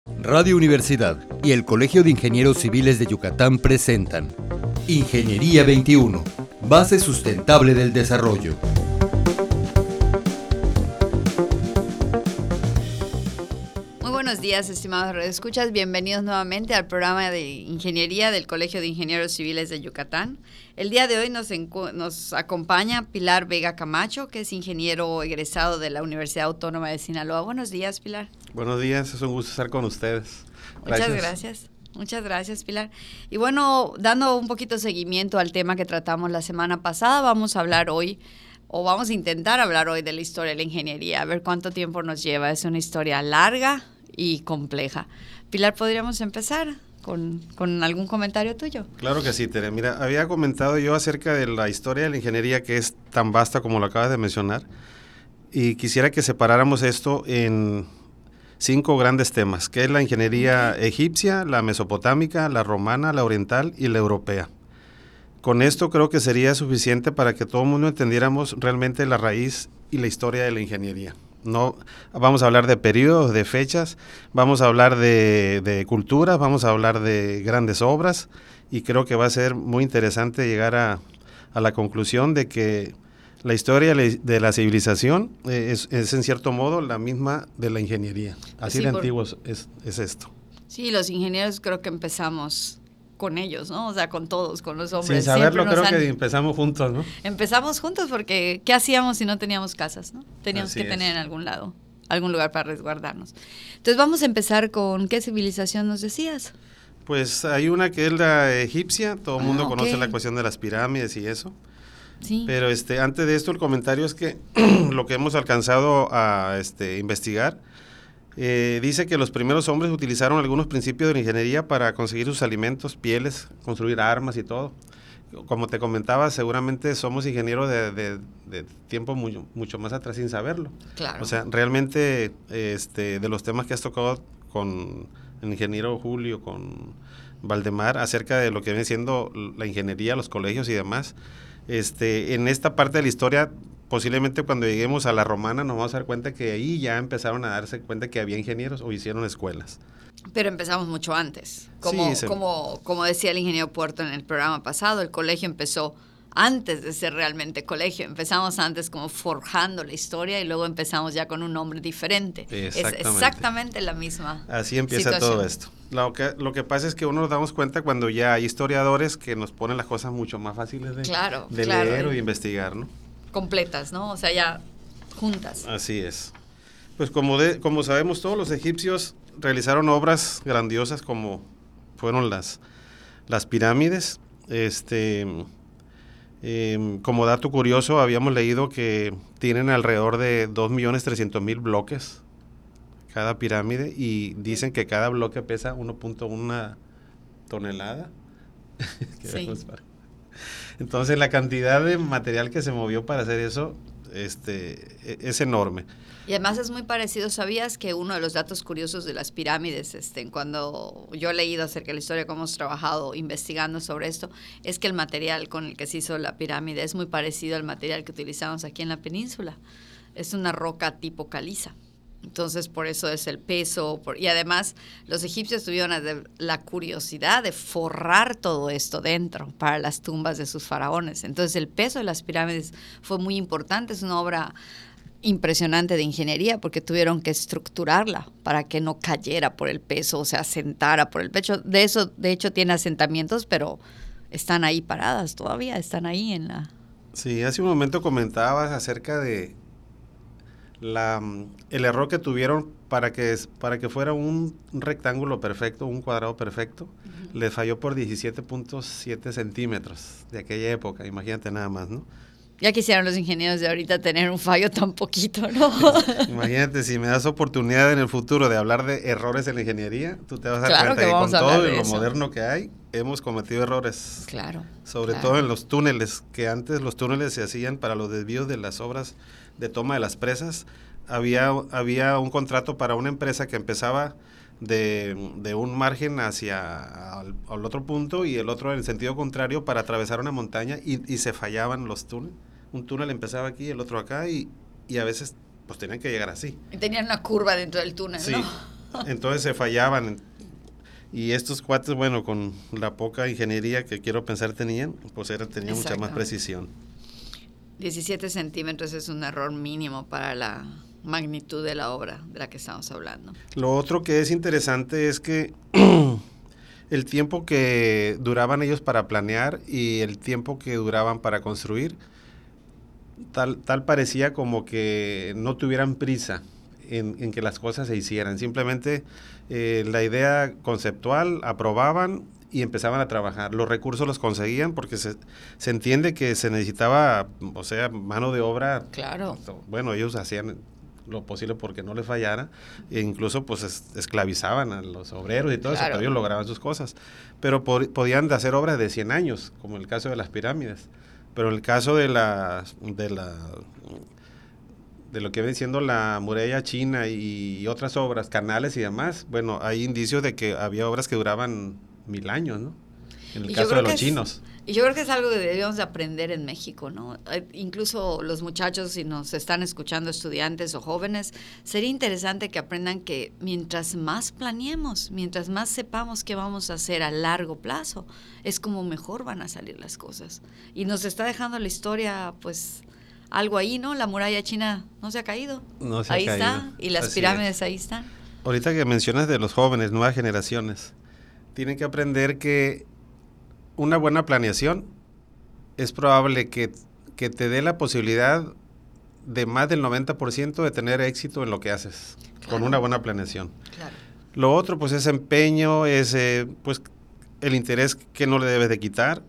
Radio Universidad y el Colegio de Ingenieros Civiles de Yucatán presentan Ingeniería 21, base sustentable del desarrollo. Muy buenos días, estimados radioescuchas. Bienvenidos nuevamente al programa de Ingeniería del Colegio de Ingenieros Civiles de Yucatán. El día de hoy nos acompaña Pilar Vega Camacho, que es ingeniero egresado de la Universidad Autónoma de Sinaloa. Buenos días, Pilar. Buenos días, es un gusto estar con ustedes. Muchas gracias, Pilar. Y bueno, dando un poquito de seguimiento al tema que tratamos la semana pasada, vamos a intentar hablar hoy de la historia de la ingeniería, a ver cuánto tiempo nos lleva. Es una historia larga y compleja. Pilar, ¿podríamos empezar con algún comentario tuyo? Claro que sí, Tere. Mira, había comentado yo acerca de la historia de la ingeniería, que es tan vasta como lo acabas de mencionar, y quisiera que separáramos esto en 5 grandes temas, que es la ingeniería egipcia, la mesopotámica, la romana, la oriental y la europea. Con esto creo que sería suficiente para que todo el mundo entendiéramos realmente la raíz y la historia de la ingeniería. No vamos a hablar de periodos, de fechas, vamos a hablar de culturas, vamos a hablar de grandes obras, y creo que va a ser muy interesante llegar a la conclusión de que la historia de la civilización es en cierto modo la misma de la ingeniería. Así sí, de antiguos es esto. Sí, los ingenieros creo que empezamos con ellos, ¿no? O sea, con todos, con los hombres. Sin saberlo, creo que empezamos juntos, ¿no? Empezamos juntos porque ¿qué hacíamos si no teníamos casas, no? Teníamos que tener en algún lado, algún lugar para resguardarnos. Entonces vamos a empezar con ¿qué civilización nos decías? Pues hay una que es la egipcia, todo el mundo conoce la cuestión de las pirámides y eso. Sí. Pero antes de esto el comentario es que lo que hemos alcanzado a investigar dice que los primeros hombres utilizaron algunos principios de la ingeniería para conseguir sus alimentos, pieles, construir armas y todo. Como te comentaba, seguramente somos ingenieros de tiempo mucho más atrás sin saberlo. Claro. O sea, realmente de los temas que has tocado con el ingeniero Julio, con Valdemar, acerca de lo que viene siendo la ingeniería, los colegios y demás, en esta parte de la historia, posiblemente cuando lleguemos a la romana nos vamos a dar cuenta que ahí ya empezaron a darse cuenta que había ingenieros o hicieron escuelas. Pero empezamos mucho antes. Como decía el ingeniero Puerto en el programa pasado, el colegio empezó antes de ser realmente colegio. Empezamos antes como forjando la historia y luego empezamos ya con un nombre diferente. Es exactamente la misma Así empieza situación. Todo esto. Lo que pasa es que uno nos damos cuenta cuando ya hay historiadores que nos ponen las cosas mucho más fáciles de leer o de investigar, ¿no? Completas, ¿no? O sea, ya juntas. Así es. Pues como sabemos todos, los egipcios realizaron obras grandiosas como fueron las pirámides. Como dato curioso, habíamos leído que tienen alrededor de 2.300.000 bloques cada pirámide, y dicen que cada bloque pesa 1.1 tonelada. Sí. Entonces la cantidad de material que se movió para hacer eso es enorme. Y además es muy parecido. ¿Sabías que uno de los datos curiosos de las pirámides, cuando yo he leído acerca de la historia, cómo hemos trabajado investigando sobre esto, es que el material con el que se hizo la pirámide es muy parecido al material que utilizamos aquí en la península? Es una roca tipo caliza. Entonces, por eso es el peso. Y además, los egipcios tuvieron la curiosidad de forrar todo esto dentro para las tumbas de sus faraones. Entonces, el peso de las pirámides fue muy importante. Es una obra impresionante de ingeniería porque tuvieron que estructurarla para que no cayera por el peso, o sea, asentara por el pecho. De hecho, tiene asentamientos, pero están ahí paradas todavía, están ahí en la... Sí, hace un momento comentabas acerca de el error que tuvieron para que fuera un rectángulo perfecto, un cuadrado perfecto. Uh-huh. Les falló por 17.7 centímetros de aquella época, imagínate nada más, ¿no? Ya quisieran los ingenieros de ahorita tener un fallo tan poquito, ¿no? Imagínate, si me das oportunidad en el futuro de hablar de errores en la ingeniería, tú te vas a dar cuenta que con todo lo moderno que hay, hemos cometido errores. Claro. Sobre todo en los túneles, que antes los túneles se hacían para los desvíos de las obras de toma de las presas. Había un contrato para una empresa que empezaba de un margen hacia al otro punto y el otro en el sentido contrario para atravesar una montaña, y se fallaban los túneles. Un túnel empezaba aquí, el otro acá, y a veces pues tenían que llegar así. Y tenían una curva dentro del túnel, sí, ¿no? Entonces se fallaban. Y estos cuates, bueno, con la poca ingeniería que quiero pensar tenían, pues tenían mucha más precisión. 17 centímetros es un error mínimo para la magnitud de la obra de la que estamos hablando. Lo otro que es interesante es que el tiempo que duraban ellos para planear y el tiempo que duraban para construir, tal parecía como que no tuvieran prisa en que las cosas se hicieran. Simplemente la idea conceptual aprobaban y empezaban a trabajar. Los recursos los conseguían porque se entiende que se necesitaba, o sea, mano de obra. Claro. Bueno, ellos hacían lo posible porque no les fallara, e incluso pues esclavizaban a los obreros y todo eso, pero ellos lograban sus cosas. Pero podían hacer obras de 100 años, como el caso de las pirámides. Pero en el caso de lo que viene siendo la muralla china y otras obras, canales y demás, bueno, hay indicios de que había obras que duraban 1000 años, ¿no? En el caso de los chinos. Y yo creo que es algo que deberíamos de aprender en México, ¿no? Incluso los muchachos, si nos están escuchando, estudiantes o jóvenes, sería interesante que aprendan que mientras más planeemos, mientras más sepamos qué vamos a hacer a largo plazo, es como mejor van a salir las cosas. Y nos está dejando la historia, pues, algo ahí, ¿no? La muralla china no se ha caído. No se ha caído. Ahí está, y las pirámides ahí están. Ahorita que mencionas de los jóvenes, nuevas generaciones, tienen que aprender que una buena planeación es probable que te dé la posibilidad de más del 90% de tener éxito en lo que haces, con una buena planeación. Claro. Lo otro, pues, es empeño, es pues el interés que no le debes de quitar,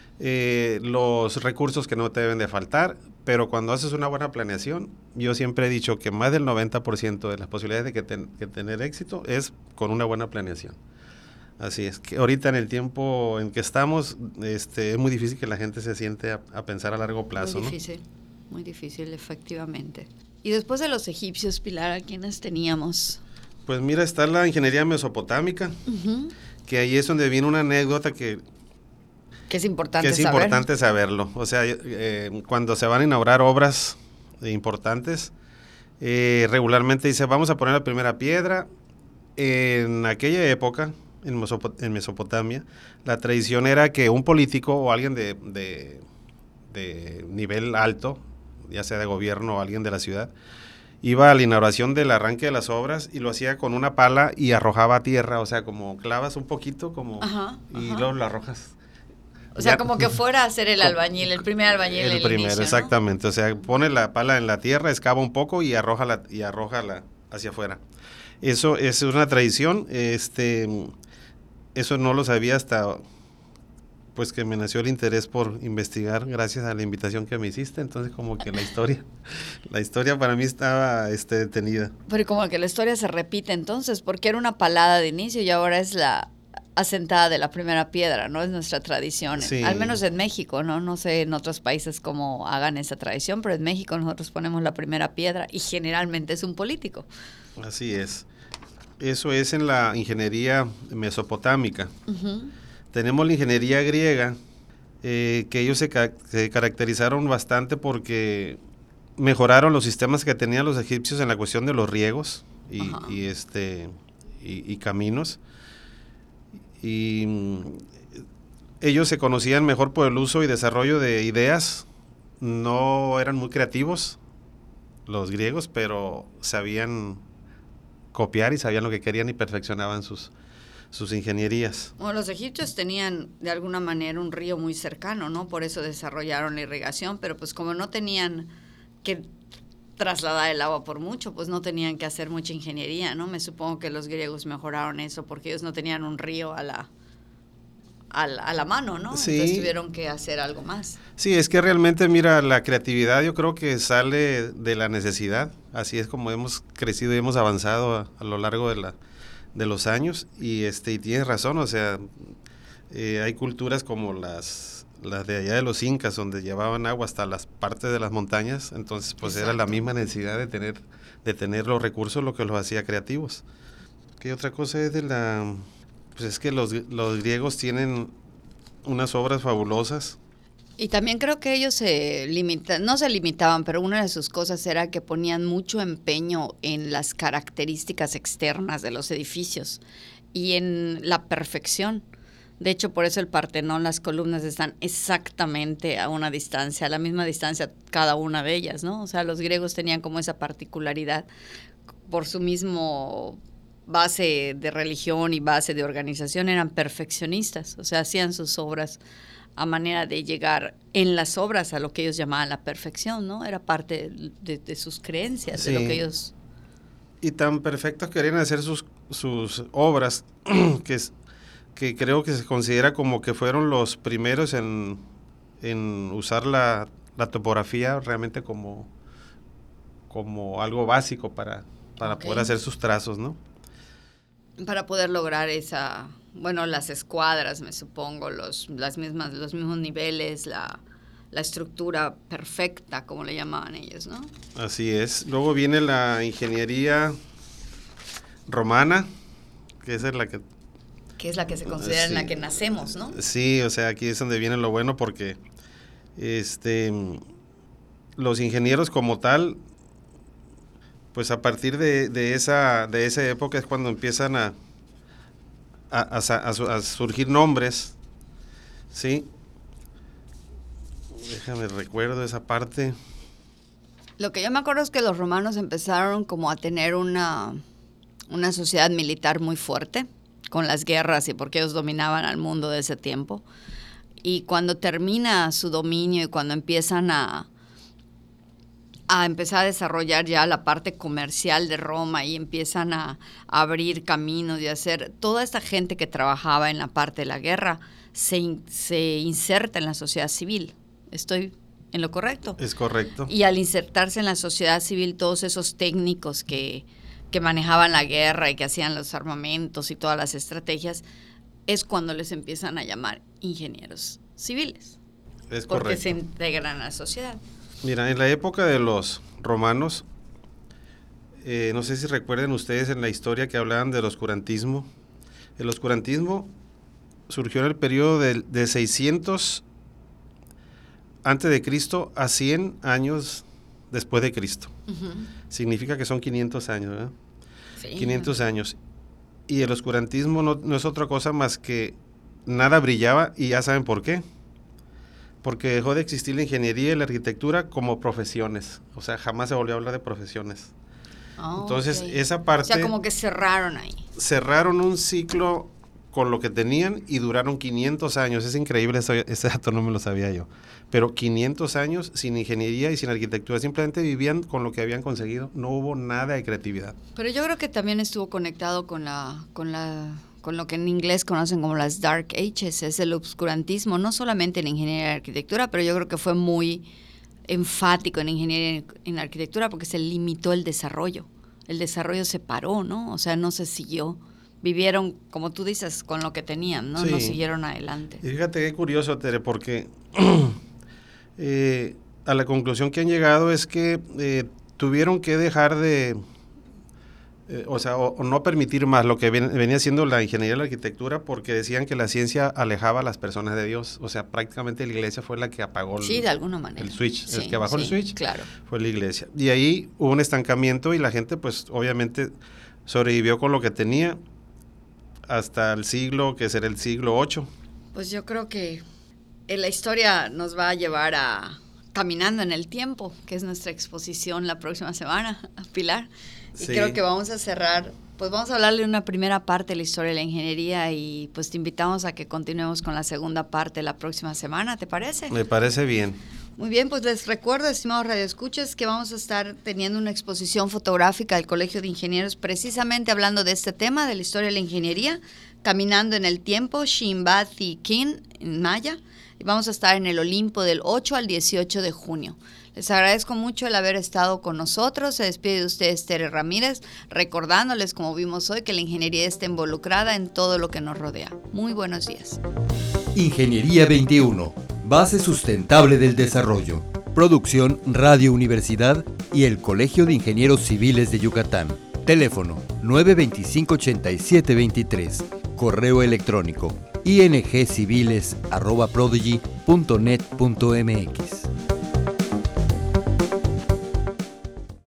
los recursos que no te deben de faltar, pero cuando haces una buena planeación, yo siempre he dicho que más del 90% de las posibilidades de que tener éxito es con una buena planeación. Así es, que ahorita en el tiempo en que estamos, es muy difícil que la gente se siente a pensar a largo plazo, ¿no? Muy difícil, efectivamente. Y después de los egipcios, Pilar, ¿a quiénes teníamos? Pues mira, está la ingeniería mesopotámica, que ahí es donde viene una anécdota que es importante saberlo. O sea, cuando se van a inaugurar obras importantes, regularmente dice, vamos a poner la primera piedra. En aquella época, en Mesopotamia, la tradición era que un político o alguien de nivel alto, ya sea de gobierno o alguien de la ciudad, iba a la inauguración del arranque de las obras y lo hacía con una pala y arrojaba tierra, o sea, como clavas un poquito y luego lo arrojas. O sea, como que fuera a ser el albañil, el primer albañil. El primero, inicio, exactamente. ¿No? O sea, pone la pala en la tierra, excava un poco y arroja hacia afuera. Eso es una tradición. Eso no lo sabía hasta pues que me nació el interés por investigar gracias a la invitación que me hiciste. Entonces, como que la historia para mí estaba detenida. Pero como que la historia se repite entonces, porque era una palada de inicio y ahora es la asentada de la primera piedra, ¿no? Es nuestra tradición, sí. Al menos en México, ¿no? No sé en otros países cómo hagan esa tradición, pero en México nosotros ponemos la primera piedra y generalmente es un político. Así es. Eso es en la ingeniería mesopotámica. Tenemos la ingeniería griega, que ellos se caracterizaron bastante porque mejoraron los sistemas que tenían los egipcios en la cuestión de los riegos y caminos. Y ellos se conocían mejor por el uso y desarrollo de ideas. No eran muy creativos los griegos, pero sabían copiar y sabían lo que querían y perfeccionaban sus ingenierías. Bueno, los egipcios tenían de alguna manera un río muy cercano, ¿no? Por eso desarrollaron la irrigación, pero pues como no tenían que trasladar el agua por mucho, pues no tenían que hacer mucha ingeniería, ¿no? Me supongo que los griegos mejoraron eso porque ellos no tenían un río a la mano, ¿no? Sí. Entonces tuvieron que hacer algo más. Sí, es que realmente, mira, la creatividad yo creo que sale de la necesidad. Así es como hemos crecido y hemos avanzado a lo largo de los años. Y tienes razón, o sea, hay culturas como las de allá de los incas, donde llevaban agua hasta las partes de las montañas. Entonces, pues Exacto. Era la misma necesidad de tener los recursos lo que los hacía creativos. ¿Qué otra cosa es de pues es que los griegos tienen unas obras fabulosas. Y también creo que ellos no se limitaban, pero una de sus cosas era que ponían mucho empeño en las características externas de los edificios y en la perfección. De hecho, por eso el Partenón, las columnas están exactamente a una distancia, a la misma distancia cada una de ellas, ¿no? O sea, los griegos tenían como esa particularidad por su mismo base de religión y base de organización, eran perfeccionistas, o sea, hacían sus obras a manera de llegar en las obras a lo que ellos llamaban la perfección, ¿no? Era parte de sus creencias, sí. de lo que ellos... Y tan perfectos querían hacer sus obras que creo que se considera como que fueron los primeros en usar la topografía realmente como algo básico para poder hacer sus trazos, ¿no? Para poder lograr las escuadras, me supongo, los mismos niveles, la estructura perfecta, como le llamaban ellos, ¿no? Así es. Luego viene la ingeniería romana, que esa es la que... Que es la que se considera en la que nacemos, ¿no? Sí, o sea, aquí es donde viene lo bueno porque los ingenieros como tal, pues a partir de esa época es cuando empiezan a surgir nombres, ¿sí? Déjame recuerdo esa parte. Lo que yo me acuerdo es que los romanos empezaron como a tener una sociedad militar muy fuerte con las guerras y porque ellos dominaban al mundo de ese tiempo. Y cuando termina su dominio y cuando empiezan a empezar a desarrollar ya la parte comercial de Roma y empiezan a abrir caminos y hacer, toda esta gente que trabajaba en la parte de la guerra se inserta en la sociedad civil. ¿Estoy en lo correcto? Es correcto. Y al insertarse en la sociedad civil, todos esos técnicos que manejaban la guerra y que hacían los armamentos y todas las estrategias, es cuando les empiezan a llamar ingenieros civiles. Es correcto. Porque se integran a la sociedad. Mira, en la época de los romanos, no sé si recuerden ustedes en la historia que hablaban del oscurantismo. El oscurantismo surgió en el periodo de 600 antes de Cristo a 100 años después de Cristo. Uh-huh. Significa que son 500 años, ¿verdad? Sí. 500 años. Y el oscurantismo no es otra cosa más que nada brillaba, y ya saben por qué. Porque dejó de existir la ingeniería y la arquitectura como profesiones. O sea, jamás se volvió a hablar de profesiones. Oh, entonces, okay. Esa parte... O sea, como que cerraron ahí. Cerraron un ciclo con lo que tenían y duraron 500 años. Es increíble, ese dato no me lo sabía yo. Pero 500 años sin ingeniería y sin arquitectura. Simplemente vivían con lo que habían conseguido. No hubo nada de creatividad. Pero yo creo que también estuvo conectado con lo que en inglés conocen como las Dark Ages, es el obscurantismo, no solamente en ingeniería y arquitectura, pero yo creo que fue muy enfático en ingeniería y en arquitectura porque se limitó el desarrollo. El desarrollo se paró, ¿no? O sea, no se siguió. Vivieron, como tú dices, con lo que tenían, ¿no? Sí. No siguieron adelante. Y fíjate qué curioso, Tere, porque a la conclusión que han llegado es que tuvieron que dejar de... o no permitir más lo que venía siendo la ingeniería y la arquitectura, porque decían que la ciencia alejaba a las personas de Dios. O sea, prácticamente la iglesia fue la que apagó de alguna manera. El switch. Sí, el que bajó el switch, claro. Fue la iglesia. Y ahí hubo un estancamiento y la gente, pues, obviamente sobrevivió con lo que tenía hasta el siglo, que será el siglo VIII. Pues yo creo que la historia nos va a llevar a Caminando en el Tiempo, que es nuestra exposición la próxima semana, Pilar. Y sí. Creo que vamos a cerrar, pues vamos a hablarle de una primera parte de la historia de la ingeniería y pues te invitamos a que continuemos con la segunda parte la próxima semana, ¿te parece? Me parece bien. Muy bien, pues les recuerdo, estimados radioescuchas, que vamos a estar teniendo una exposición fotográfica del Colegio de Ingenieros precisamente hablando de este tema, de la historia de la ingeniería, Caminando en el Tiempo, Shimbathi Kin, en maya, y vamos a estar en el Olimpo del 8 al 18 de junio. Les agradezco mucho el haber estado con nosotros. Se despide de ustedes Tere Ramírez, recordándoles, como vimos hoy, que la ingeniería está involucrada en todo lo que nos rodea. Muy buenos días. Ingeniería 21, base sustentable del desarrollo. Producción Radio Universidad y el Colegio de Ingenieros Civiles de Yucatán. Teléfono 925-8723. Correo electrónico ingciviles@prodigy.com. www.net.mx.